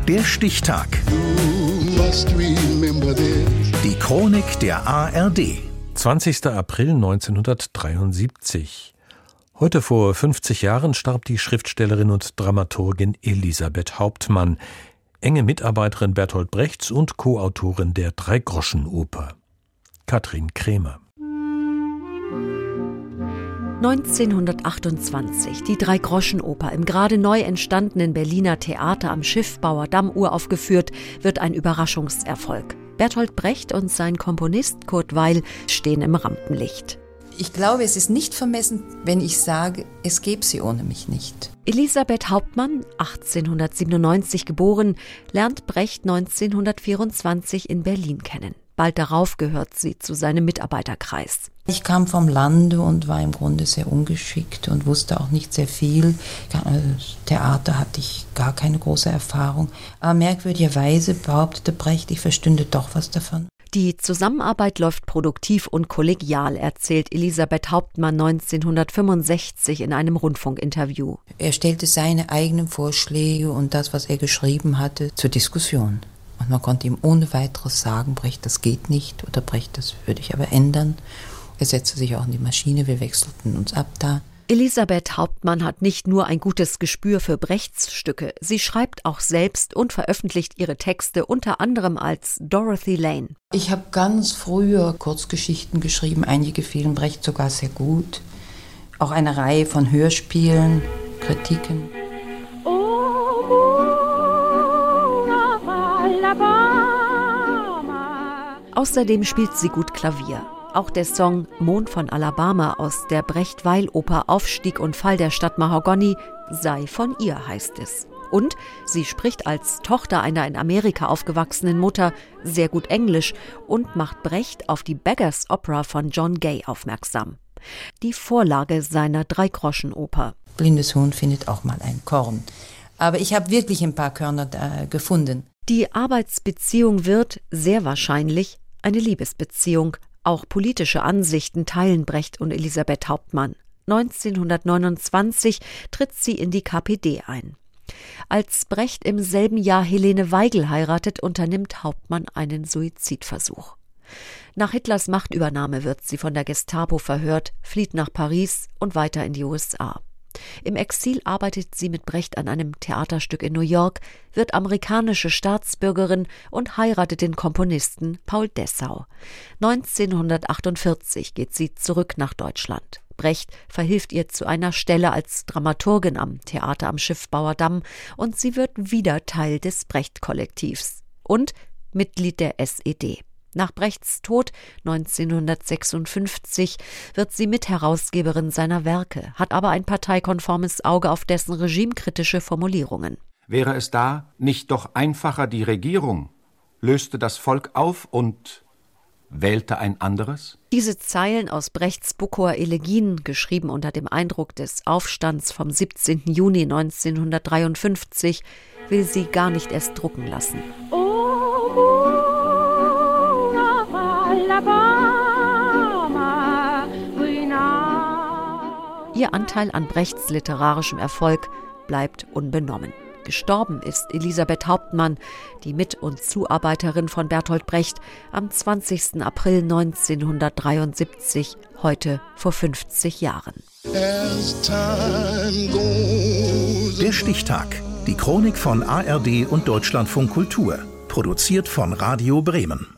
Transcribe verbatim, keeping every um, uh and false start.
Der Stichtag. Die Chronik der A R D. zwanzigster April neunzehnhundertdreiundsiebzig. Heute vor fünfzig Jahren starb die Schriftstellerin und Dramaturgin Elisabeth Hauptmann, enge Mitarbeiterin Bertolt Brechts und Co-Autorin der Dreigroschenoper. Katrin Krämer. neunzehnhundertachtundzwanzig, die Dreigroschenoper im gerade neu entstandenen Berliner Theater am Schiffbauer Damm uraufgeführt, wird ein Überraschungserfolg. Bertolt Brecht und sein Komponist Kurt Weill stehen im Rampenlicht. Ich glaube, es ist nicht vermessen, wenn ich sage, es gäbe sie ohne mich nicht. Elisabeth Hauptmann, achtzehnhundertsiebenundneunzig geboren, lernt Brecht neunzehnhundertvierundzwanzig in Berlin kennen. Bald darauf gehört sie zu seinem Mitarbeiterkreis. Ich kam vom Lande und war im Grunde sehr ungeschickt und wusste auch nicht sehr viel. Theater hatte ich gar keine große Erfahrung. Aber merkwürdigerweise behauptete Brecht, ich verstünde doch was davon. Die Zusammenarbeit läuft produktiv und kollegial, erzählt Elisabeth Hauptmann neunzehnhundertfünfundsechzig in einem Rundfunkinterview. Er stellte seine eigenen Vorschläge und das, was er geschrieben hatte, zur Diskussion. Und man konnte ihm ohne weiteres sagen, Brecht, das geht nicht, oder Brecht, das würde ich aber ändern. Er setzte sich auch in die Maschine, wir wechselten uns ab da. Elisabeth Hauptmann hat nicht nur ein gutes Gespür für Brechts Stücke, sie schreibt auch selbst und veröffentlicht ihre Texte unter anderem als Dorothy Lane. Ich habe ganz früher Kurzgeschichten geschrieben, einige gefielen Brecht sogar sehr gut. Auch eine Reihe von Hörspielen, Kritiken. Außerdem spielt sie gut Klavier. Auch der Song Mond von Alabama aus der Brecht-Weill-Oper Aufstieg und Fall der Stadt Mahagoni sei von ihr, heißt es. Und sie spricht als Tochter einer in Amerika aufgewachsenen Mutter sehr gut Englisch und macht Brecht auf die Beggar's Opera von John Gay aufmerksam. Die Vorlage seiner Dreigroschenoper. Blindes Huhn findet auch mal ein Korn. Aber ich habe wirklich ein paar Körner da gefunden. Die Arbeitsbeziehung wird, sehr wahrscheinlich, eine Liebesbeziehung. Auch politische Ansichten teilen Brecht und Elisabeth Hauptmann. neunzehnhundertneunundzwanzig tritt sie in die K P D ein. Als Brecht im selben Jahr Helene Weigel heiratet, unternimmt Hauptmann einen Suizidversuch. Nach Hitlers Machtübernahme wird sie von der Gestapo verhört, flieht nach Paris und weiter in die U S A. Im Exil arbeitet sie mit Brecht an einem Theaterstück in New York, wird amerikanische Staatsbürgerin und heiratet den Komponisten Paul Dessau. neunzehnhundertachtundvierzig geht sie zurück nach Deutschland. Brecht verhilft ihr zu einer Stelle als Dramaturgin am Theater am Schiffbauer Damm und sie wird wieder Teil des Brecht-Kollektivs und Mitglied der S E D. Nach Brechts Tod neunzehnhundertsechsundfünfzig wird sie Mitherausgeberin seiner Werke, hat aber ein parteikonformes Auge auf dessen regimekritische Formulierungen. Wäre es da nicht doch einfacher die Regierung, löste das Volk auf und wählte ein anderes? Diese Zeilen aus Brechts Buckower Elegien, geschrieben unter dem Eindruck des Aufstands vom siebzehnten Juni neunzehnhundertdreiundfünfzig, will sie gar nicht erst drucken lassen. Ihr Anteil an Brechts literarischem Erfolg bleibt unbenommen. Gestorben ist Elisabeth Hauptmann, die Mit- und Zuarbeiterin von Bertolt Brecht, am zwanzigsten April neunzehnhundertdreiundsiebzig, heute vor fünfzig Jahren. Der Stichtag. Die Chronik von A R D und Deutschlandfunk Kultur. Produziert von Radio Bremen.